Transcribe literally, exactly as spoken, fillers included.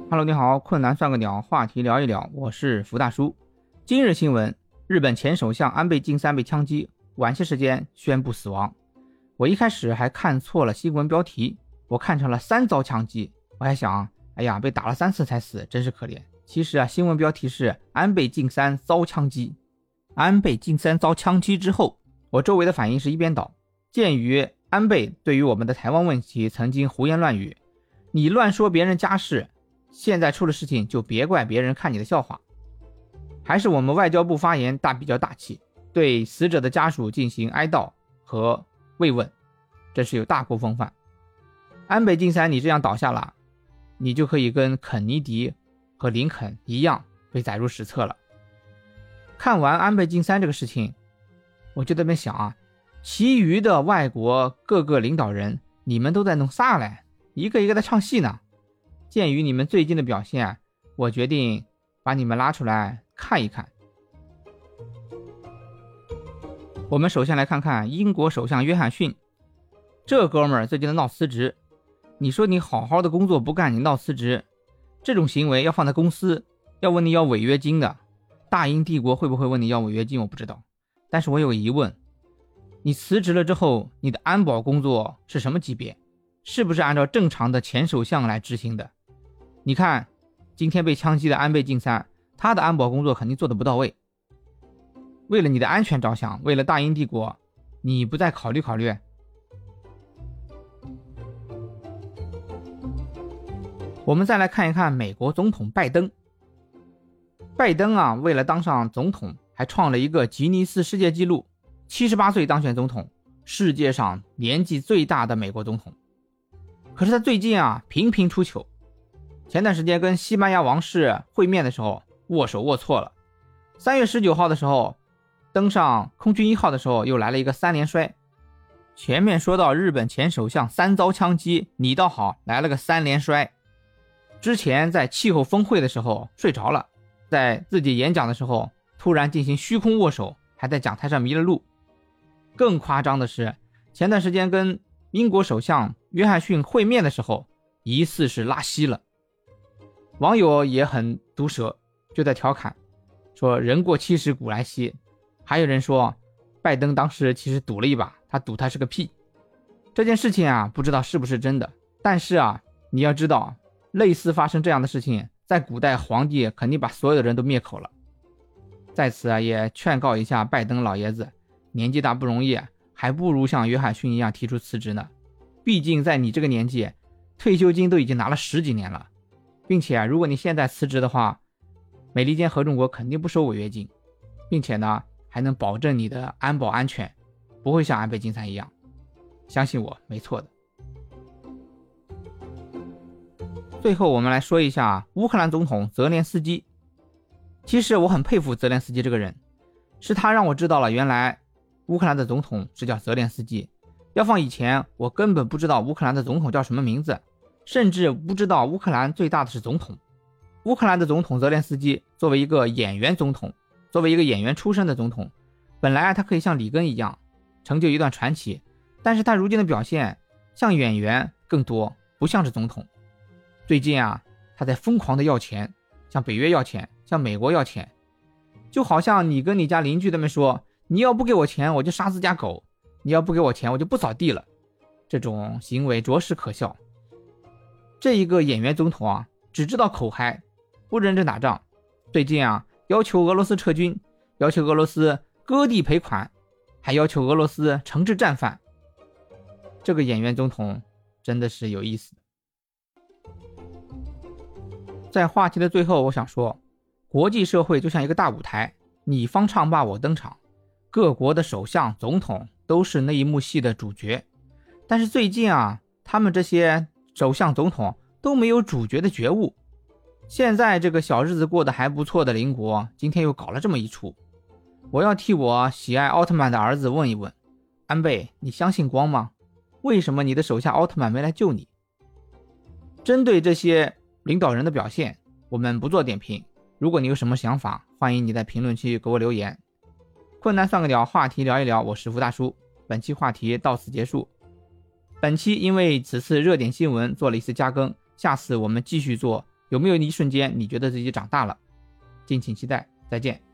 Hello， 你好，困难算个鸟，话题聊一聊，我是福大叔。今日新闻，日本前首相安倍晋三被枪击，晚些时间宣布死亡。我一开始还看错了新闻标题，我看成了三遭枪击，我还想，哎呀，被打了三次才死，真是可怜。其实啊，新闻标题是安倍晋三遭枪击。安倍晋三遭枪击之后，我周围的反应是一边倒。鉴于安倍对于我们的台湾问题曾经胡言乱语，你乱说别人家事，现在出了事情就别怪别人看你的笑话。还是我们外交部发言大比较大气，对死者的家属进行哀悼和慰问，这是有大国风范。安倍晋三你这样倒下了，你就可以跟肯尼迪和林肯一样被载入史册了。看完安倍晋三这个事情，我就在那边想啊，其余的外国各个领导人，你们都在弄啥嘞？一个一个在唱戏呢。鉴于你们最近的表现，我决定把你们拉出来看一看。我们首先来看看英国首相约翰逊，这哥们儿最近的闹辞职。你说你好好的工作不干，你闹辞职，这种行为要放在公司，要问你要违约金的。大英帝国会不会问你要违约金我不知道，但是我有个疑问，你辞职了之后，你的安保工作是什么级别？是不是按照正常的前首相来执行的？你看今天被枪击的安倍晋三，他的安保工作肯定做得不到位。为了你的安全着想，为了大英帝国，你不再考虑考虑？我们再来看一看美国总统拜登。拜登啊，为了当上总统还创了一个吉尼斯世界纪录，七十八岁当选总统，世界上年纪最大的美国总统。可是他最近啊频频出糗，前段时间跟西班牙王室会面的时候握手握错了，三月十九号的时候登上空军一号的时候又来了一个三连摔。前面说到日本前首相三遭枪击，你倒好，来了个三连摔。之前在气候峰会的时候睡着了，在自己演讲的时候突然进行虚空握手，还在讲台上迷了路。更夸张的是，前段时间跟英国首相约翰逊会面的时候疑似是拉稀了。网友也很毒舌，就在调侃说人过七十古来稀。还有人说拜登当时其实赌了一把，他赌他是个屁。这件事情啊不知道是不是真的，但是啊你要知道，类似发生这样的事情，在古代皇帝肯定把所有的人都灭口了。在此啊也劝告一下拜登老爷子，年纪大不容易，还不如像约翰逊一样提出辞职呢。毕竟在你这个年纪，退休金都已经拿了十几年了，并且啊如果你现在辞职的话，美利坚合众国肯定不收违约金，并且呢还能保证你的安保安全，不会像安倍晋三一样。相信我，没错的。最后我们来说一下乌克兰总统泽连斯基。其实我很佩服泽连斯基这个人，是他让我知道了原来乌克兰的总统是叫泽连斯基。要放以前，我根本不知道乌克兰的总统叫什么名字，甚至不知道乌克兰最大的是总统。乌克兰的总统泽连斯基作为一个演员总统，作为一个演员出身的总统，本来他可以像里根一样成就一段传奇，但是他如今的表现像演员更多，不像是总统。最近啊他在疯狂的要钱，向北约要钱，向美国要钱，就好像你跟你家邻居他们说，你要不给我钱我就杀自家狗，你要不给我钱我就不扫地了，这种行为着实可笑。这一个演员总统啊只知道口嗨，不认真打仗。最近啊要求俄罗斯撤军，要求俄罗斯割地赔款，还要求俄罗斯惩治战犯。这个演员总统真的是有意思。在话题的最后，我想说，国际社会就像一个大舞台，你方唱罢我登场，各国的首相总统都是那一幕戏的主角。但是最近啊他们这些首相总统都没有主角的觉悟。现在这个小日子过得还不错的邻国，今天又搞了这么一出。我要替我喜爱奥特曼的儿子问一问，安倍，你相信光吗？为什么你的手下奥特曼没来救你？针对这些领导人的表现，我们不做点评。如果你有什么想法，欢迎你在评论区给我留言。困难算个鸟，话题聊一聊，我是福大叔。本期话题到此结束。本期因为此次热点新闻做了一次加更，下次我们继续做有没有一瞬间你觉得自己长大了？敬请期待，再见。